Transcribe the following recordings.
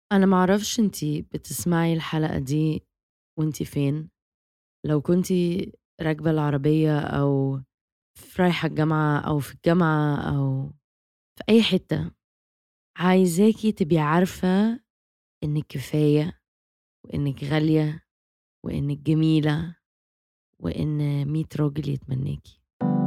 أنا معرفش انتي بتسمعي الحلقة دي وانتي فين. لو كنتي راكبة العربية أو رايحة الجامعة أو في الجامعة أو في أي حتة، عايزاكي تبقي عارفة إنك كفاية وإنك غالية وإنك جميلة وإن 100 راجل يتمناكي.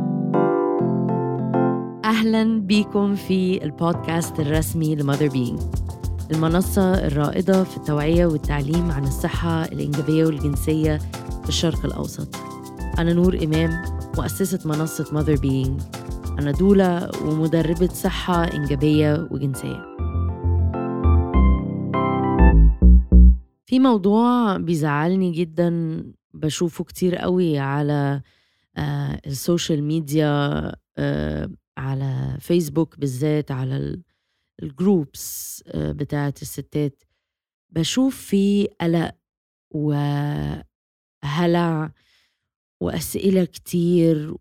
أهلا بيكم في البودكاست الرسمي لماذر بينج، المنصة الرائدة في التوعية والتعليم عن الصحة الإنجابية والجنسية في الشرق الأوسط. أنا نور إمام، مؤسسة منصة Mother Being. أنا دولة ومدربة صحة إنجابية وجنسية. في موضوع بيزعلني جدا بشوفه كتير قوي على السوشيال ميديا، على فيسبوك بالذات، على الجروبس بتاعت الستات. بشوف فيه قلق وهلع وأسئلة كتير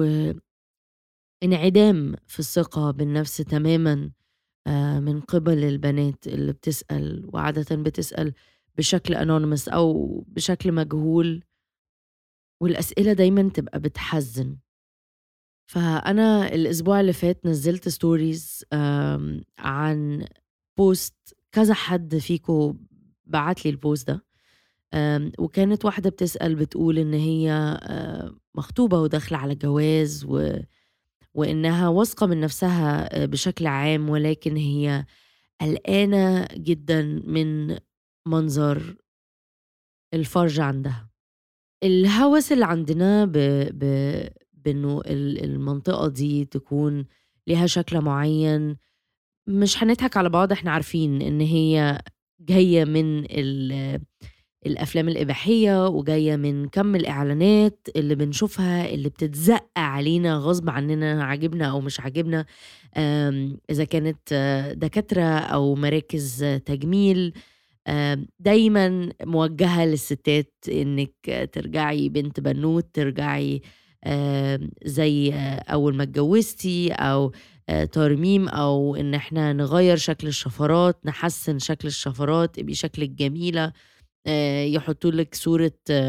وانعدام في الثقة بالنفس تماما من قبل البنات اللي بتسأل، وعادة بتسأل بشكل anonymous أو بشكل مجهول، والأسئلة دايما تبقى بتحزن. فأنا الأسبوع اللي فات نزلت ستوريز عن بوست، كذا حد فيكو بعت لي البوست ده. وكانت واحدة بتسأل بتقول إن هي مخطوبة وداخلة على جواز وإنها واثقة من نفسها بشكل عام، ولكن هي قلقانة جدا من منظر الفرج عندها. الهوس اللي عندنا ب بإنه المنطقة دي تكون ليها شكل معين. مش هنضحك على بعض، احنا عارفين إن هي جاية من الأفلام الإباحية وجاية من كم الإعلانات اللي بنشوفها اللي بتتزق علينا غصب عننا، عاجبنا أو مش عاجبنا. إذا كانت دكاترة أو مراكز تجميل، دايما موجهة للستات إنك ترجعي بنت بنوت، ترجعي زي أول ما اتجوزتي، أو ترميم، أو إن احنا نغير شكل الشفرات، نحسن شكل الشفرات، تبقي شكلك جميلة. يحطوا لك صورة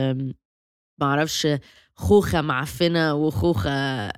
معرفش خوخة معفنة وخوخة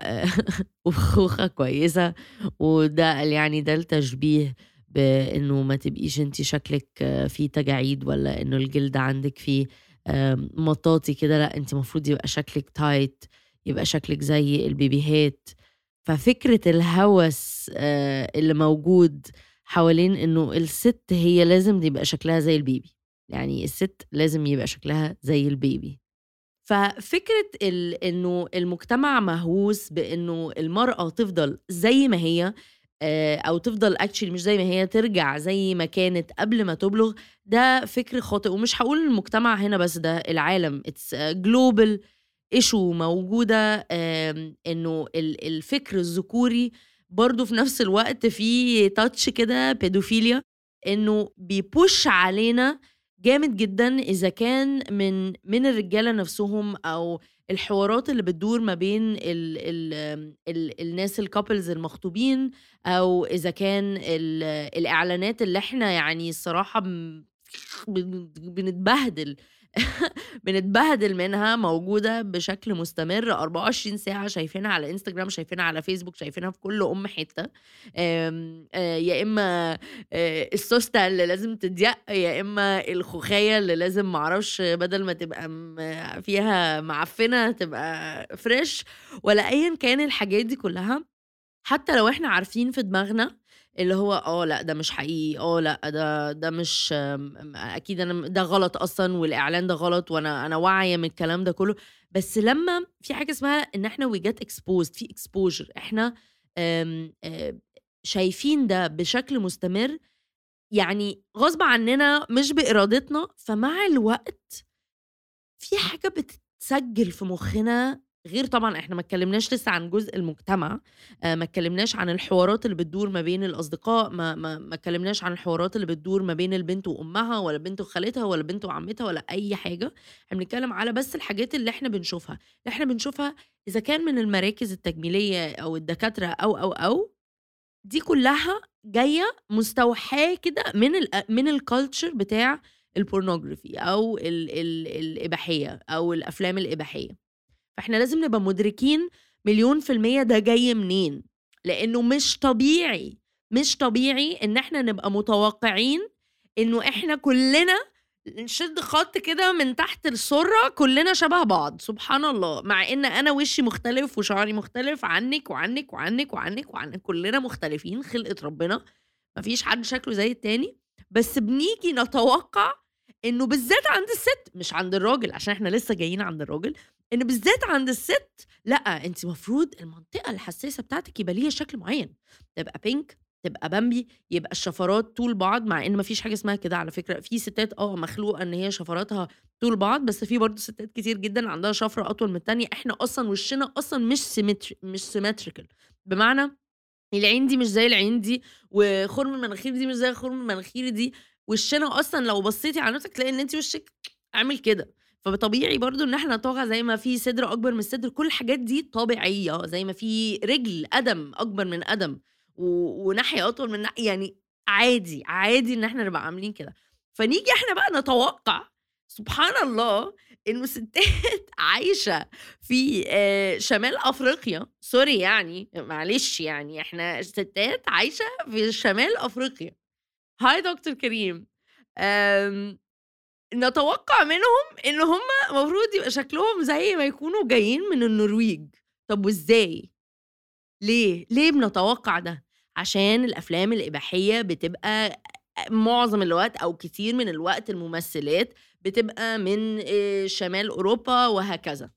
وخوخة كويسة. وده يعني ده التشبيه بأنه ما تبقيش انتي شكلك فيه تجاعيد، ولا أنه الجلد عندك فيه مطاطي كده. لا، انتي مفروض يبقى شكلك تايت، يبقى شكلك زي البيبيهات. ففكرة الهوس اللي موجود حوالين أنه الست هي لازم يبقى شكلها زي البيبي، يعني الست لازم يبقى شكلها زي البيبي. ففكرة إنه المجتمع مهووس بإنه المرأة تفضل زي ما هي، أو تفضل actually مش زي ما هي، ترجع زي ما كانت قبل ما تبلغ. ده فكر خاطئ، ومش هقول المجتمع هنا بس، ده العالم. it's a global issue موجودة. إنه الفكر الذكوري برضو في نفس الوقت فيه تاتش كده بيدوفيليا، إنه بيبوش علينا جامد جدًا إذا كان من الرجالة نفسهم، أو الحوارات اللي بتدور ما بين الناس الcouples المخطوبين، أو إذا كان الإعلانات اللي إحنا يعني الصراحة بنتبهدل بنتبهدل منها، موجودة بشكل مستمر 24 ساعة، شايفينها على إنستجرام، شايفينها على فيسبوك، شايفينها في كل حتة. يا إما السوستة اللي لازم تضيق، يا إما الخوخية اللي لازم ما أعرفش بدل ما تبقى فيها معفنة تبقى فريش، ولا أيًا كان الحاجات دي كلها. حتى لو إحنا عارفين في دماغنا اللي هو لأ ده مش حقيقي، لأ ده مش أكيد أنا ده غلط أصلًا، والإعلان ده غلط، وأنا واعية من الكلام ده كله. بس لمّا في حاجة اسمها إن إحنا we get exposed، في exposure، إحنا شايفين ده بشكل مستمر، يعني غصب عننا مش بإرادتنا. فمع الوقت في حاجة بتتسجل في مخنا، غير طبعًا إحنا ما اتكلمناش لسه عن جزء المجتمع. ما اتكلمناش عن الحوارات اللي بتدور ما بين الأصدقاء، ما اتكلمناش عن الحوارات اللي بتدور ما بين البنت وأمها، ولا البنت وخالتها، ولا البنت وعمتها، ولا أي حاجة. إحنا بنتكلم على بس الحاجات اللي إحنا بنشوفها، إذا كان من المراكز التجميلية أو الدكاترة أو دي كلها جاية مستوحاة كده من الculture بتاع الpornography أو الإباحية أو الأفلام الإباحية. فإحنا لازم نبقى مدركين مليون في المِيّة ده جاي منين، لإنه مش طبيعي إن إحنا نبقى متوقعين إنه إحنا كلنا نشد خط كده من تحت السُرّة كلنا شبه بعض، سبحان الله، مع إن أنا وشي مختلف وشعري مختلف عنِّك وعنِّك وعنِّك وعنِّك وعنِّك، كلنا مختلفين خلقة ربنا، ما فيش حد شكله زي التاني، بس بنيجي نتوقع إنه بالذات عند الست مش عند الراجل، عشان إحنا لسه جايين عند الراجل، إن بالذات عند الست لأ، أنتِ مفروض المنطقة الحساسة بتاعتِك يبقى ليها شكل معيّن، تبقى pink، تبقى بامبي، يبقى الشفرات طول بعض، مع إن ما فيش حاجة اسمها كده على فكرة، في ستات مخلوقة إن هي شفراتها طول بعض، بس في برضه ستات كتير جدًا عندها شفرة أطول من التانية، إحنا أصلًا وشنا أصلًا مش symmetrical، بمعنى العين دي مش زي العين دي، وخُرم المناخير دي مش زي خُرم المناخير دي، وشّنا أصلًا لو بصّيتِ على نَفْسِك تلاقي إن أنتِ وشِّك عامل كده، فطبيعي برضه إن إحنا نتوقع زي ما في صدر أكبر من الصدر، كل الحاجات دي طبيعية، زي ما في رِجل قدم أكبر من قدم، وناحية أطول من يعني عادي، عادي إن إحنا نبقى عاملين كده. فنيجي إحنا بقى نتوقع سبحان الله إنه ستات عايشة في شمال أفريقيا، sorry يعني، معلش يعني، إحنا ستات عايشة في شمال أفريقيا. Hi دكتور كريم. آمم، نتوقع منهم إن هُم المفروض يبقى شكلهم زي ما يكونوا جايين من النرويج. طب وإزاي؟ ليه؟ ليه بنتوقع ده؟ عشان الأفلام الإباحية بتبقى معظم الوقت أو كتير من الوقت الممثلات بتبقى من شمال أوروبا وهكذا.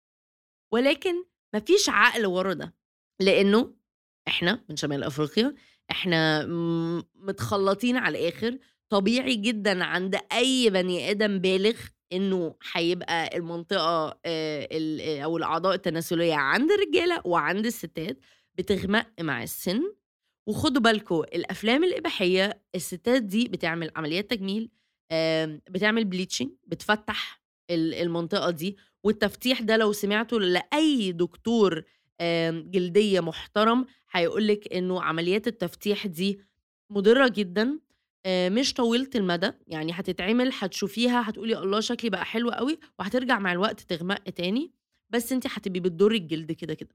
ولكن ما فيش عقل ورا ده، لإنه إحنا من شمال أفريقيا، إحنا متخلّطين على الآخر، طبيعي جدًا عند أي بني آدم بالغ إنه هيبقى المنطقة أو الأعضاء التناسلية عند الرجالة وعند الستات بتغمق مع السِن، وخدوا بالكم الأفلام الإباحية الستات دي بتعمل عمليات تجميل، بتعمل bleaching، بتفتح المنطقة دي، والتفتيح ده لو سمعتوا لأي دكتور جلدية محترم هيقول لِك إنه عمليات التفتيح دي مُضرة جدًا، مش طويلة المدى، يعني هتتعمل هتشوفيها هتقولي الله شكلي بقى حلو أوي، وهترجع مع الوقت تغمق تاني، بس أنتِ هتبقي بتضري الجلد كده، كده.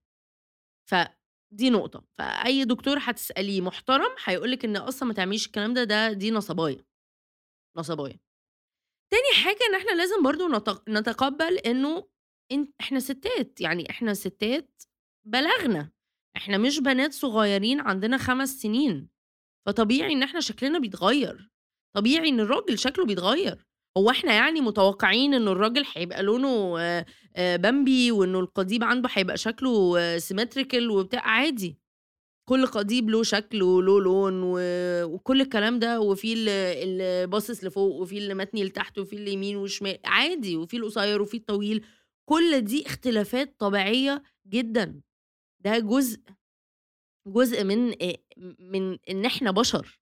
فدي نقطة، فأي دكتور هتسأليه محترم هيقول لِك إن أصلًا ما تعمليش الكلام ده، دي نصباية، نصباية. تاني حاجة إن إحنا لازم برضه نتقبّل إنه إحنا ستات، يعني إحنا ستات بلغنا، إحنا مش بنات صغيّرين عندنا 5 سنين، فطبيعي إن إحنا شكلنا بيتغيّر، طبيعي إن الراجل شكله بيتغيّر، هو إحنا يعني متوقعين إنه الراجل هيبقى لونه بامبي وإنه القضيب عنده هيبقى شكله symmetrical وبتاع، عادي. كل قضيب له شكل وله لون وكل الكلام ده، وفي اللي باصص لفوق، وفي اللي متني لتحت، وفي اللي يمين وشمال، عادي، وفي القصير وفي الطويل، كل دي اختلافات طبيعية جدًا، ده جزء من إن إحنا بشر،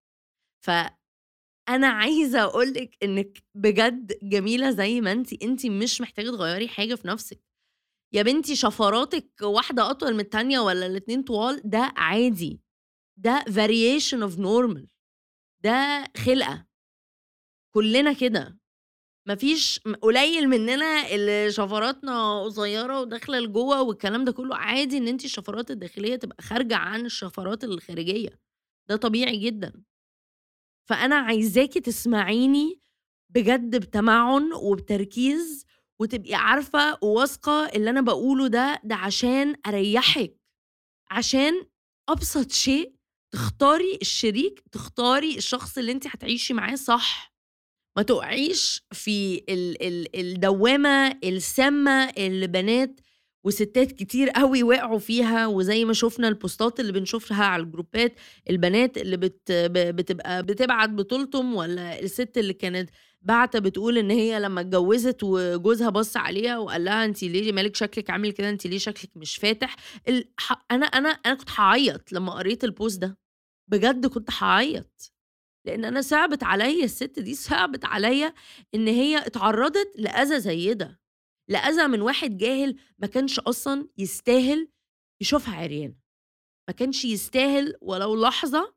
فأنا عايزة أقول لِك إنِّك بجد جميلة زي ما أنتِ مش محتاجة تغيّري حاجة في نَفْسِك، يا بنتي شفراتِك واحدة أطول من التانية والّا الاتنين طوال، ده عادي. ده variation of normal، ده خِلقة، كُلّنا كده، ما فيش قليل مننا اللي شفراتنا قصيّرة وداخلة لجوّه والكلام ده كلّه، عادي إن أنتِ الشفرات الداخلية تبقى خارجة عن الشفرات الخارجية، ده طبيعي جدًا. فأنا عايزاكِ تسمعيني بجد بتمعُّن وبتركيز، وتبقي عارفة وواثقة اللي أنا باقوله ده عشان أريّحِك. عشان أبسط شيء تختاري الشريك، تختاري الشخص اللي أنتِ هتعيشي معاه صح، ما تُقعيش في الدوّامة السامة اللي بنات وستات كتير أوي وقعوا فيها، وزي ما شُفنا البوستات اللي بنشوفها على الجروبات، البنات اللي بتبقى بتبعت بتلطم، والّا الست اللي كانت باعتة بتقول إن هي لمّا اتجوّزت وجوزها بَص عليها وقال لها أنتِ ليه مالِك شكلِك عامل كده، أنتِ ليه شكلِك مش فاتح، ال ح أنا كنت هاعيّط لمّا قريت الpost ده، بجد كنت هاعيّط. لإن أنا صعبت عليّا الست دي، صعبت عليّا إن هي اتعرّضت لأذى زي ده، لأذى من واحد جاهل ما كانش أصلًا يستاهل يشوفها عريانة، ما كانش يستاهل ولو لحظة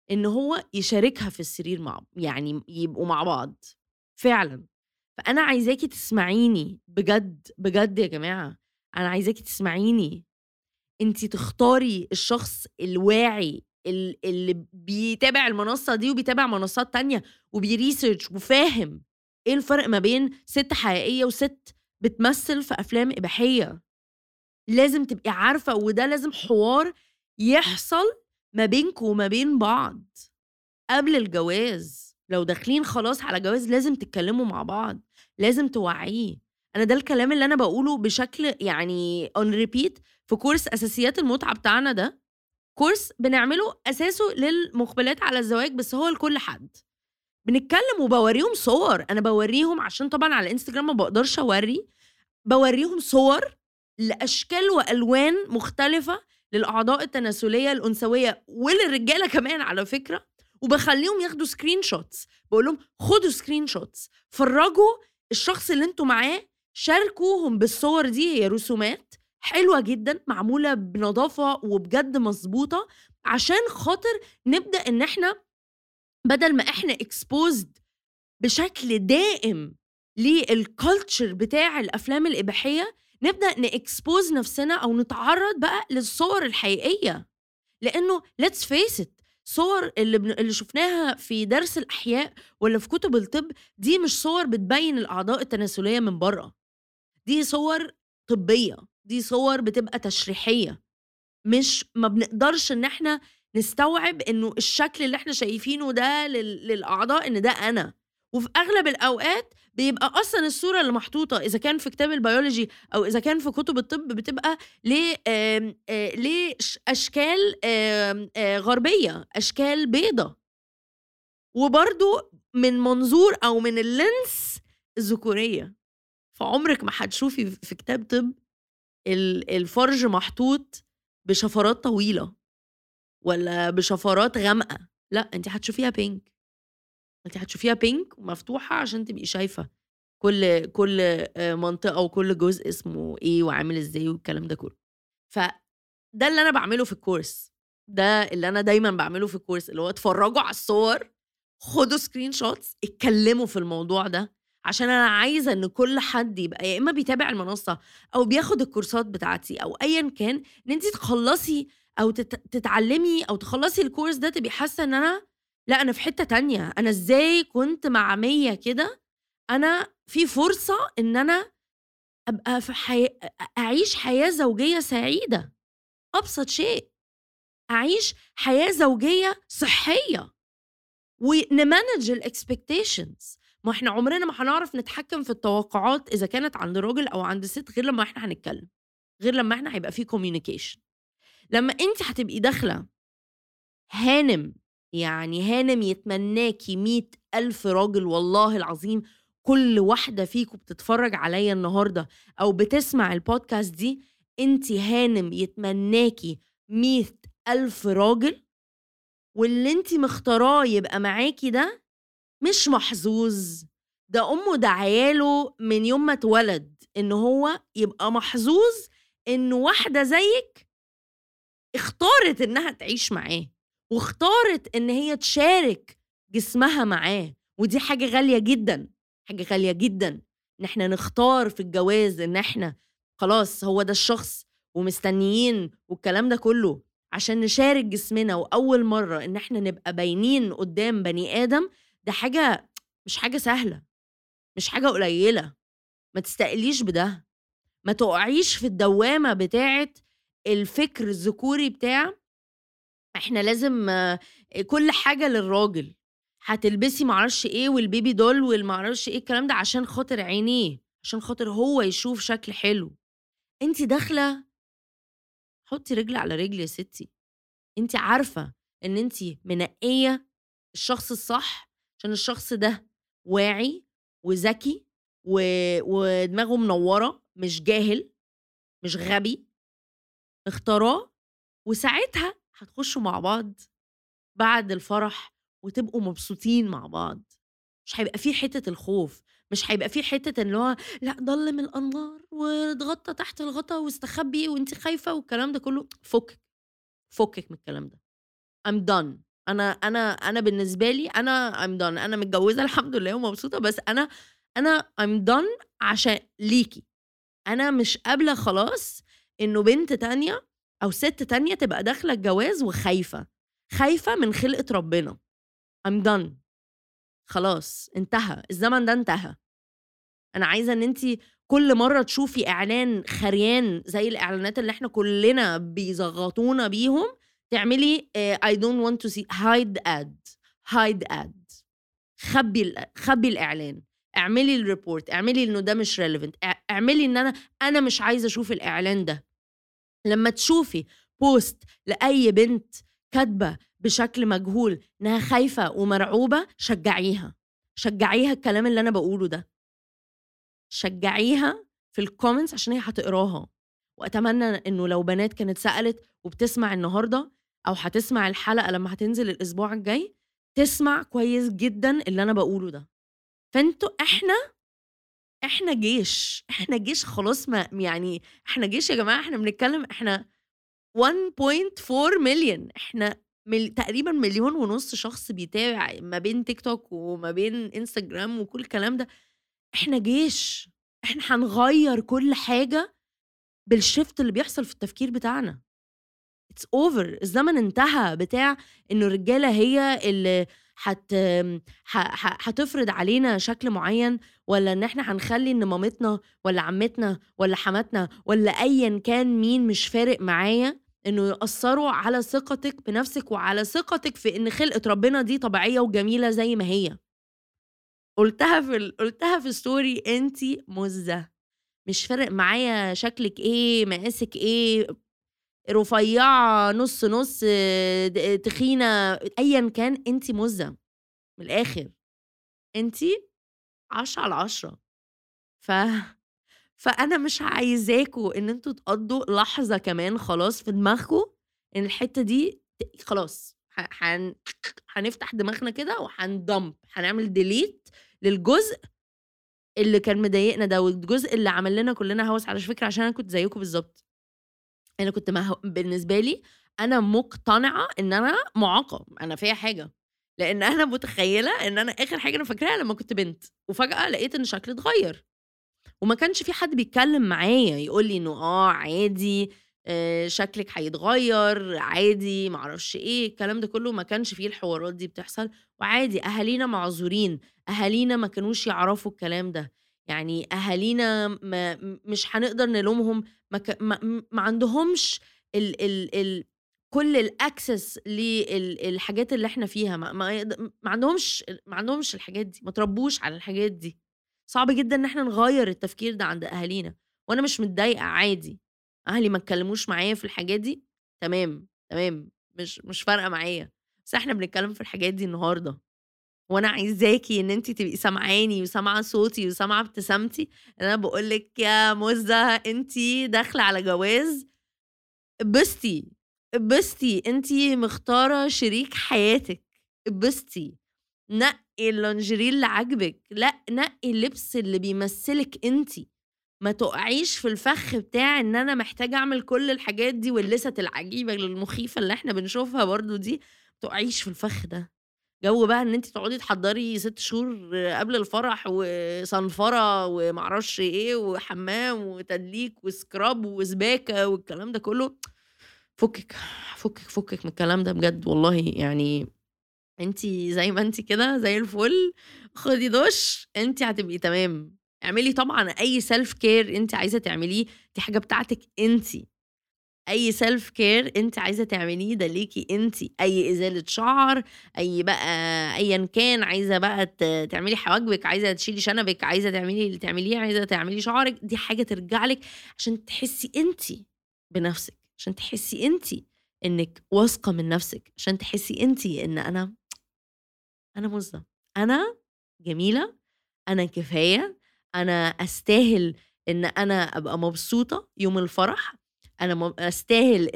إن هو يشاركها في السرير يعني يبقوا مع بعض فعلًا. فأنا عايزاكِ تسمعيني بجد، بجد يا جماعة، أنا عايزاكِ تسمعيني. أنتِ تختاري الشخص الواعي اللي بيتابع المنصة دي وبيتابع منصات تانية وبيresearch وفاهم إيه الفرق ما بين سِت حقيقية وسِت بتمثّل في أفلام إباحية. لازم تبقي عارفة، وده لازم حوار يحصل ما بينكم وما بين بعض قبل الجواز. لو داخلين خلاص على جواز لازم تتكلموا مع بعض، لازم توعّيه. أنا ده الكلام اللي أنا باقوله بشكل يعني on repeat في كورس أساسيات المتعة بتاعنا ده، كورس بنعمله أساسه للمُقبلات على الزواج، بس هو لكل حد. بنتكلم وباورّيهم صور، أنا باورّيهم عشان طبعًا على الإنستجرام ما باقدرش أورّي، باورّيهم صور لأشكال وألوان مختلفة للأعضاء التناسلية الأنثوية وللرجالة كمان على فكرة، وباخلّيهم ياخدوا screenshots، باقول لهم خدوا screenshots، فرّجوا الشخص اللي أنتم معاه، شاركوهم بالصور دي، هي رسومات حلوة جدًا معمولة بنضافة وبجد مضبوطة، عشان خاطر نبدأ إن إحنا بدل ما إحنا exposed بشكل دائم للculture بتاع الأفلام الإباحية، نبدأ نexpose نفسنا أو نتعرّض بقى للصور الحقيقية. لإنه let's face it، صور اللي شُفناها في درس الأحياء والّا في كُتب الطِب دي مش صور بتبيّن الأعضاء التناسلية من برّه، دي صور طبية، دي صور بتبقى تشريحية. مش ما بنقدرش إن إحنا نستوعب إنه الشكل اللي إحنا شايفينه ده للأعضاء إن ده أنا. وفي أغلب الأوقات بيبقى أصلًا الصورة اللي محطوطة إذا كان في كتاب البيولوجي أو إذا كان في كتب الطب بتبقى ل أشكال غربية، أشكال بيضا، وبرضه من منظور أو من الlens الذكورية. فعمرِك ما هتشوفي في كتاب طب الفرج محطوط بشفرات طويلة والّا بشفرات غامقة، لأ أنتِ هتشوفيها pink، أنتِ هتشوفيها pink ومفتوحة عشان تبقي شايفة كل منطقة وكل جزء اسمه إيه وعامل إزاي والكلام ده كله. فده اللي أنا باعمله في الcourse، ده اللي أنا دايمًا باعمله في الcourse، اللي هو اتفرّجوا على الصور، خدوا screenshots، اتكلموا في الموضوع ده، عشان أنا عايزة إن كل حد يبقى يا إما بيتابع المنصة أو بياخد الكورسات بتاعتي أو أيًا كان، إن أنتِ تخلّصي أو تتعلمي أو تخلّصي الcourse ده تبقي حاسة إن لأ أنا في حتة تانية، أنا إزاي كنت معمية كده، أنا في فرصة إن أنا أبقى في أعيش حياة زوجية سعيدة، أبسط شيء، أعيش حياة زوجية صحية. ونmanage الexpectations. ما إحنا عمرنا ما هنعرف نتحكم في التوقعات إذا كانت عند راجل أو عند ست غير لمّا إحنا هنتكلم، غير لمّا إحنا هيبقى في communication. لمّا أنتِ هتبقي داخلة هانم، يعني هانم يتمناكِ 100,000 راجل والله العظيم، كل واحدة فيكم بتتفرج عليَّ النهارده أو بتسمع الpodcast دي، أنتِ هانم يتمناكِ 100,000 راجل، واللي أنتِ مختاراه يبقى معاكِ ده مش محظوظ، ده أمه داعية له من يوم ما اتولد إن هو يبقى محظوظ إن واحدة زيِّك اختارت إنها تعيش معاه، واختارت إن هي تشارك جسمها معاه، ودي حاجة غالية جدًا، حاجة غالية جدًا، إن إحنا نختار في الجواز إن إحنا خلاص هو ده الشخص ومستنيين والكلام ده كله، عشان نشارك جسمنا وأول مرّة إن إحنا نبقى باينين قدّام بني آدم، ده حاجة مش حاجة سهلة، مش حاجة قليلة، ما تستقليش بده، ما تُقعيش في الدوّامة بتاعة الفكر الذكوري بتاع إحنا لازم كل حاجة للراجل، هتلبسي ما أعرفش إيه والbaby doll والما أعرفش إيه الكلام ده عشان خاطر عينيه، عشان خاطر هو يشوف شكل حلو. أنتِ داخلة حُطّي رجل على رجل يا ستّي، أنتِ عارفة إن أنتِ منقيّة الشخص الصح، عشان الشخص ده واعي وذكي و ودماغه منوّرة، مش جاهل، مش غبي، مختاراه، وساعتها هتخشوا مع بعض بعد الفرح وتبقوا مبسوطين مع بعض. مش هيبقى في حتّة الخوف، مش هيبقى في حتّة اللي هو لأ ضلِّم الأنوار واتغطّى تحت الغطا واستخبي وأنتِ خايفة والكلام ده كلّه، فُكِّك، فُكِّك من الكلام ده. I'm done. أنا بالنسبة لي أنا I'm done. أنا متجوّزة الحمد لله ومبسوطة، بس أنا I'm done عشان ليكِ. أنا مش قابلة خلاص إنه بنت تانية أو سِت تانية تبقى داخلة الجواز وخايفة، خايفة من خلقة ربنا. I'm done. خلاص انتهى، الزمن ده انتهى. أنا عايزة إن أنتِ كل مرّة تشوفي إعلان خريان زي الإعلانات اللي إحنا كلّنا بيزغطونا بيهم، تعملي I don't want to see hide ad. hide ad. خبّي الإعلان، اعملي الreport، اعملي إنه ده مش relevant، اعملي إن أنا مش عايزة أشوف الإعلان ده. لمّا تشوفي post لأي بنت كاتبة بشكل مجهول إنها خايفة ومرعوبة، شجّعيها، شجّعيها الكلام اللي أنا باقوله ده. شجّعيها في الcomments عشان هي هتقراها، وأتمنى إنه لو بنات كانت سألت وبتسمع النهارده أو هتسمع الحلقة لمّا هتنزل الأسبوع الجاي، تسمع كويس جدًا اللي أنا باقوله ده. فأنتم إحنا جيش، إحنا جيش خلاص ما يعني إحنا جيش يا جماعة، إحنا بنتكلم إحنا 1.4 مليون. إحنا تقريبًا 1.5 مليون شخص بيتابع ما بين تيك توك وما بين إنستجرام وكل الكلام ده. إحنا جيش، إحنا هنغيّر كل حاجة بالshift اللي بيحصل في التفكير بتاعنا. it's over. الزمن انتهى بتاع إنه الرجالة هي اللي هت ح ح هتفرض علينا شكل معيّن، والّا إن إحنا هنخلّي إن مامتنا والّا عمتنا والّا حماتنا والّا أيًا كان مين مش فارق معايا، إنه يأثّروا على ثقتِك بنفسِك وعلى ثقتِك في إن خلقة ربنا دي طبيعية وجميلة زي ما هي. قُلتها في story أنتِ مُزّة. مش فارق معايا شكلِك إيه، مقاسِك إيه، رفيّعة، نُص، نُص، تخينة، أيًا كان أنتِ مُزّة، من الآخر. أنتِ 10 على 10. ف فأنا مش عايزاكم إن أنتم تقضّوا لحظة كمان خلاص في دماغكم إن الحتّة دي خلاص ح حن هنفتح دماغنا كده وهندump، هنعمل delete للجزء اللي كان مضايقنا ده، والجزء اللي عمل لنا كلّنا هَوَس. على فكرة عشان أنا كنت زيّكم بالضبط. أنا كنت بالنسبة لي أنا مقتنعة إن أنا مُعاقة، أنا فيّا حاجة، لإن أنا متخيّلة إن أنا آخر حاجة أنا فاكراها لمّا كنت بنت، وفجأة لقيت إن شكلي اتغيّر، وما كانش في حد بيتكلّم معايا يقول لي إنه عادي، شكلِك هيتغيّر، عادي، ما أعرفش إيه، الكلام ده كلّه ما كانش في الحوارات دي بتحصل، وعادي أهالينا معذورين، أهالينا ما كانوش يعرفوا الكلام ده. يعني أهالينا مش هنقدر نلومهم، ما عندهمش ال كل الaccess الحاجات اللي إحنا فيها، ما عندهمش الحاجات دي، ما اتربوش على الحاجات دي. صعب جدًا إن إحنا نغيّر التفكير ده عند أهالينا، وأنا مش متضايقة عادي. أهلي ما اتكلموش معايا في الحاجات دي، تمام، تمام، مش فارقة معايا، بس إحنا بنتكلم في الحاجات دي النهارده. وأنا عايزاكِ إن أنتِ تبقي سامعاني وسامعة صوتي وسامعة ابتسامتي، إن أنا باقول لِك يا مُزّة أنتِ داخلة على جواز. اتبسطي، اتبسطي، أنتِ مختارة شريك حياتِك، اتبسطي، نقّي الlingerie اللي عاجبِك، لأ نقّي اللبس اللي بيمثّلِك أنتِ. ما تُقعيش في الفخ بتاع إن أنا محتاجة أعمل كل الحاجات دي واللِسَت العجيبة المخيفة اللي إحنا بنشوفها برضه دي، ما تُقعيش في الفخ ده. جو بقى إن أنتِ تقعدي تحضّري 6 شهور قبل الفرح وصنفرة وما أعرفش إيه وحمّام وتدليك وسكراب وسباكة والكلام ده كلّه، فُكِّك، فُكِّك، فُكِّك من الكلام ده بجد والله. يعني أنتِ زي ما أنتِ كده زي الفل، خدي دُش، أنتِ هتبقي تمام. اعملي طبعًا أي self care أنتِ عايزة تعمليه، دي حاجة بتاعتِك أنتِ. أي self care أنتِ عايزة تعمليه ده ليكِ أنتِ، أي إزالة شعر، أي بقى أيًا كان، عايزة بقى تعملي حواجبِك، عايزة تشيلي شنبِك، عايزة تعملي اللي تعمليه، عايزة تعملي شعرِك، دي حاجة ترجع لِك عشان تحسّي أنتِ بنفسِك، عشان تحسّي أنتِ إنِّك واثقة من نفسِك، عشان تحسّي أنتِ إن أنا مُزّة، أنا جميلة، أنا كفاية، أنا أستاهل إن أنا أبقى مبسوطة يوم الفرح، أنا أستاهل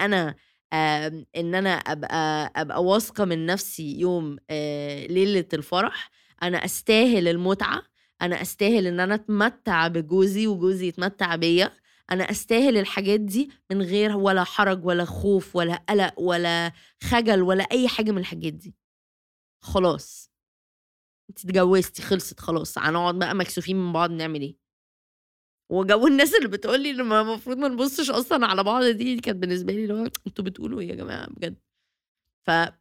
إن أنا أبقى واثقة من نفسي يوم ليلة الفرح، أنا أستاهل المتعة، أنا أستاهل إن أنا أتمتّع بجوزي وجوزي يتمتّع بيّا، أنا أستاهل الحاجات دي من غير ولا حرج ولا خوف ولا قلق ولا خجل ولا أي حاجة من الحاجات دي. خلاص، أنتِ اتجوزتِ، خلصت خلاص، هنقعد بقى مكسوفين من بعض نعمل إيه؟ وجو الناس اللي بتقول لي إن المفروض ما نبُصّش أصلًا على بعض دي كانت بالنسبة لي اللي هو أنتم بتقولوا إيه يا جماعة بجد؟ فأنتِ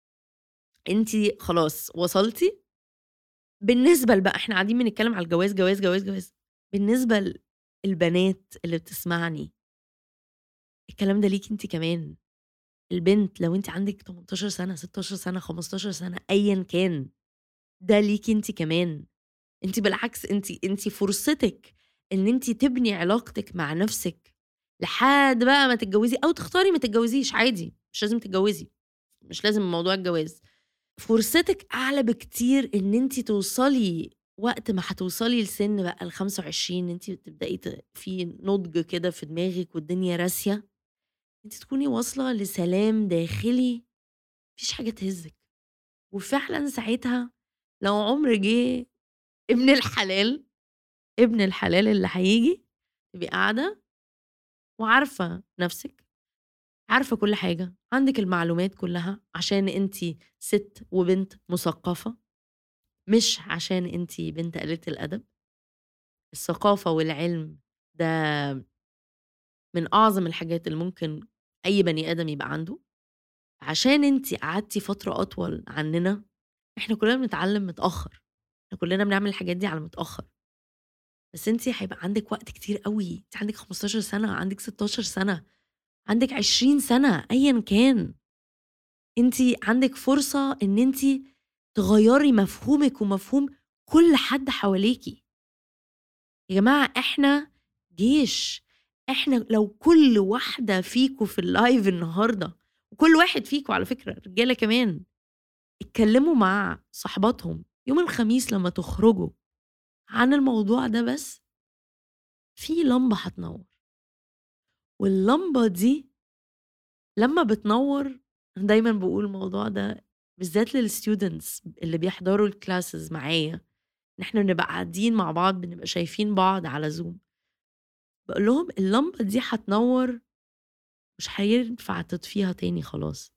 خلاص وصلتِ. بالنسبة بقى إحنا قاعدين بنتكلم على الجواز، جواز، جواز، جواز. بالنسبة البنات اللي بتسمعني، الكلام ده ليكِ أنتِ كمان. البنت لو أنتِ عندِك 18 سنة، 16 سنة، 15 سنة، أيًا كان، ده ليكِ أنتِ كمان. أنتِ بالعكس أنتِ فرصتِك إن أنتِ تبني علاقتِك مع نفسِك لحد بقى ما تتجوزي أو تختاري ما تتجوزيش عادي، مش لازم تتجوزي، مش لازم موضوع الجواز. فرصتِك أعلى بكتير إن أنتِ توصلي وقت ما هتوصلي لسِن بقى ال25 أنتِ تبدئي في نضج كده في دماغِك والدنيا راسية، أنتِ تكوني واصلة لسلام داخلي ما فيش حاجة تهزِّك. وفعلًا ساعتها لو عُمر جه ابن الحلال، ابن الحلال اللي هييجي، تبقي قاعدة وعارفة نَفْسِك، عارفة كل حاجة، عندِك المعلومات كلّها عشان أنتِ سِت وبنت مثقّفة، مش عشان أنتِ بنت قليلة الأدب. الثقافة والعلم ده من أعظم الحاجات اللي ممكن أي بني آدم يبقى عنده. عشان أنتِ قعدتِ فترة أطول عننا، إحنا كلّنا بنتعلّم متأخّر، إحنا كلّنا بنعمل الحاجات دي على متأخّر. بس أنتِ هيبقى عندِك وقت كتير أوي، أنتِ عندِك 15 سَنة، عندِك 16 سَنة، عندِك 20 سَنة، أيًا كان. أنتِ عندِك فرصة إن أنتِ تغيّري مفهومِك ومفهوم كل حد حواليكِ. يا جماعة إحنا جيش، إحنا لو كل واحدة فيكم في الlive النهارده وكل واحد فيكم على فكرة رجالة كمان، اتكلموا مع صاحباتهم يوم الخميس لمّا تخرجوا عن الموضوع ده بس، في لمبة هتنوّر. واللمبة دي لمّا بتنوّر أنا دايمًا باقول الموضوع ده بالذات للstudents اللي بيحضروا الclasses معايا، إن إحنا بنبقى قاعدين مع بعض بنبقى شايفين بعض على Zoom. باقول لهم اللمبة دي هتنوّر مش هينفع تطفيها تاني خلاص.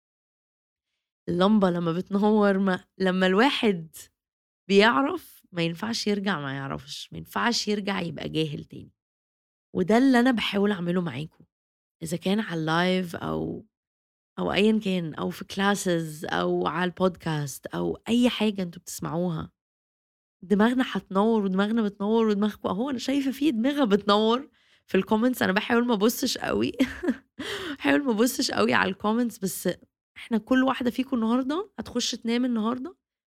اللمبة لمّا بتنوّر لمّا الواحد بيعرف ما ينفعش يرجع ما يعرفش، ما ينفعش يرجع يبقى جاهل تاني. وده اللي أنا باحاول أعمله معاكم، إذا كان على الlive أو أيًا كان أو في classes أو على الpodcast أو أي حاجة أنتم بتسمعوها. دماغنا هتنوّر ودماغنا بتنوّر ودماغكم أهو أنا شايفة في دماغها بتنوّر في الcomments. أنا باحاول ما أبُصّش أوي باحاول ما أبُصّش أوي على الcomments بس إحنا كل واحدة فيكم النهارده هتخش تنام النهارده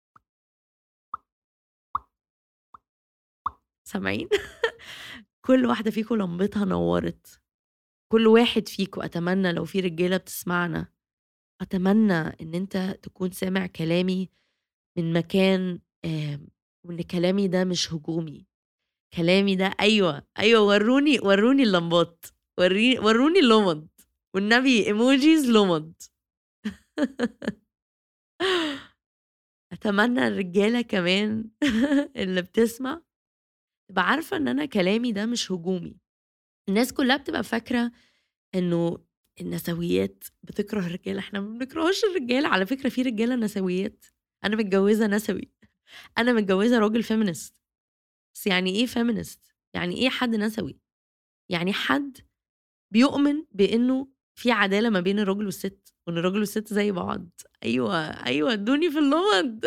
سامعين؟ كل واحدة فيكم لمبتها نوّرت. كل واحد فيكم أتمنى لو في رجالة بتسمعنا، أتمنى إن أنت تكون سامع كلامي من مكان وإن كلامي ده مش هجومي. كلامي ده أيوه، أيوه ورّوني اللمبات، ورّوني اللُمَض، والنبي emojis لُمَض. أتمنى الرجالة كمان اللي بتسمع تبقى عارفة إن أنا كلامي ده مش هجومي. الناس كلّها بتبقى فاكرة إنه النسويات بتكره الرجالة، إحنا ما بنكرهش الرجالة، على فكرة في رجالة نسويات. أنا متجوّزة نسوي، أنا متجوّزة راجل feminist. بس يعني إيه feminist؟ يعني إيه حد نسوي؟ يعني حد بيؤمن بإنه في عدالة ما بين الراجل والست، وإن الراجل والست زي بعض. أيوه، أيوه ادّوني في اللُمَض.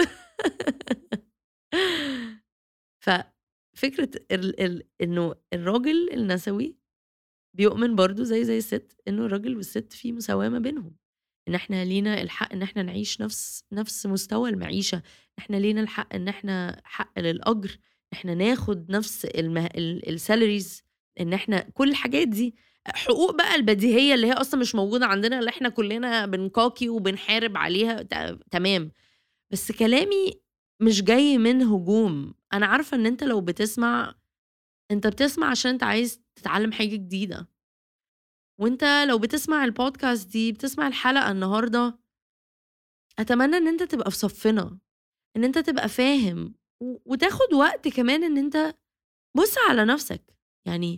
ففكرة إنه الراجل النسوي بيؤمن برضه زي الست إنه الراجل والست في مساواة ما بينهم، إن إحنا لينا الحق إن إحنا نعيش نفس مستوى المعيشة، إحنا لينا الحق إن إحنا حق للأجر، إن إحنا ناخد نفس الsalaries، إن إحنا كل الحاجات دي، حقوق بقى البديهية اللي هي أصلًا مش موجودة عندنا اللي إحنا كلنا بنقاقي وبنحارب عليها تمام. بس كلامي مش جاي من هجوم. أنا عارفة إن أنت لو بتسمع، أنت بتسمع عشان أنت عايز تتعلم حاجة جديدة. وأنت لو بتسمع البودكاست دي، بتسمع الحلقة النهارده، أتمنى إن أنت تبقى في صفنا، إن أنت تبقى فاهم وتاخد وقت كمان إن أنت بُص على نفسك. يعني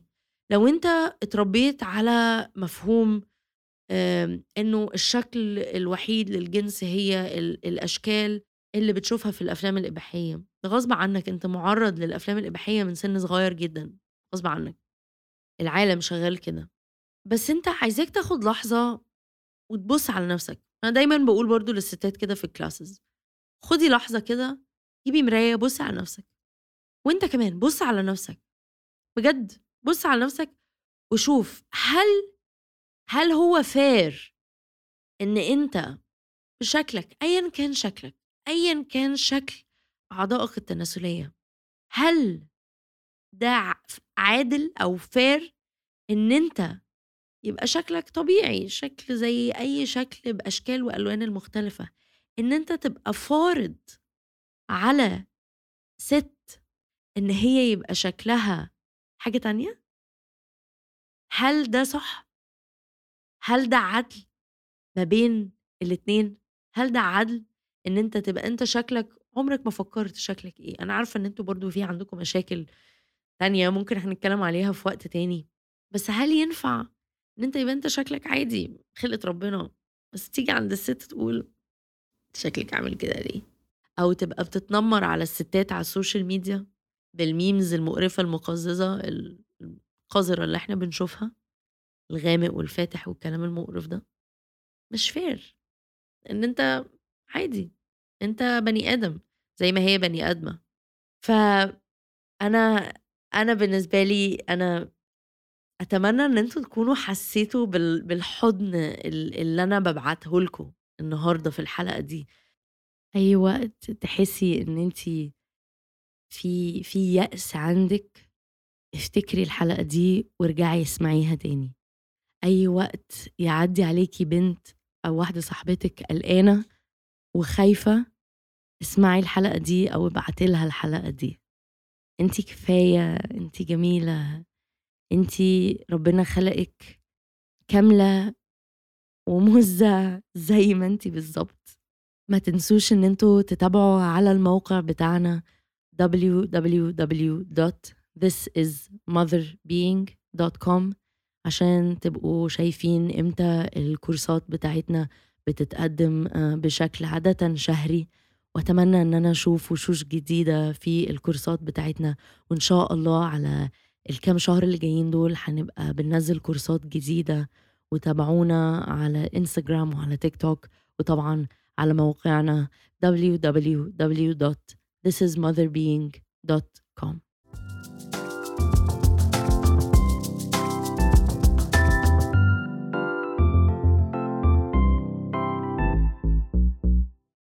لو أنت اتربيت على مفهوم إنه الشكل الوحيد للجنس هي الأشكال اللي بتشوفها في الأفلام الإباحية، غصب عنك أنت مُعرّض للأفلام الإباحية من سِن صغير جدًا، غصب عنك، العالم شغّال كده. بس أنت عايزاك تاخد لحظة وتبُص على نَفْسك. أنا دايمًا باقول برضه للستات كده في الclasses، خُدي لحظة كده، جيبي مراية، بُصّي على نَفْسك، وأنت كمان بُص على نَفْسك، بجد بُص على نَفْسك وشوف هل هو fair إن أنت بشكلك أيًا كان شكلك، أيًا كان شكل أعضائك التناسلية، هل ده عادل أو fair إن أنت يبقى شكلك طبيعي، شكل زي أي شكل بأشكال وألوان المختلفة، إن أنت تبقى فارض على سِت إن هي يبقى شكلها حاجة تانية؟ هل ده صح؟ هل ده عدل ما بين الاتنين؟ هل ده عدل إن أنت تبقى أنت شكلك عمرك ما فكّرت شكلك إيه؟ أنا عارفة إن أنتم برضه في عندكم مشاكل تانية ممكن إحنا نتكلّم عليها في وقت تاني، بس هل ينفع إن أنت يبقى أنت شكلك عادي خلقة ربنا، بس تيجي عند الست تقول أنتِ شكلِك عامل كده ليه؟ أو تبقى بتتنمّر على الستات على السوشيال ميديا بالmemes المقرفة المقزّزة القذرة اللي إحنا بنشوفها، الغامق والفاتح والكلام المقرف ده، مش fair إن أنت عادي، أنت بني آدم زي ما هي بني آدمة. فأنا أنا بالنسبة لي أنا أتمنى إن أنتم تكونوا حسّيتوا بالحُضن اللي أنا بابعته لكم النهارده في الحلقة دي. أي وقت تحسّي إن أنتِ في يأس عندِك، افتكري الحلقة دي وارجعي اسمعيها تاني. أي وقت يعدّي عليكِ بنت أو واحدة صاحبتِك قلقانة وخايفة، اسمعي الحلقة دي أو ابعتي لها الحلقة دي. أنتِ كفاية، أنتِ جميلة، أنتِ ربنا خلقِك كاملة ومُزّة زي ما أنتِ بالضبط. ما تنسوش إن أنتم تتابعوا على الموقع بتاعنا www.thisismotherbeing.com عشان تبقوا شايفين إمتى الكورسات بتاعتنا بتتقدم بشكل عادةً شهري، وأتمنى إن أنا أشوف وشوش جديدة في الكورسات بتاعتنا، وإن شاء الله على الكام شهر اللي جايين دول هنبقى بننزّل كورسات جديدة، وتابعونا على إنستجرام وعلى تيك توك، وطبعًا على موقعنا www.thisismotherbeing.com.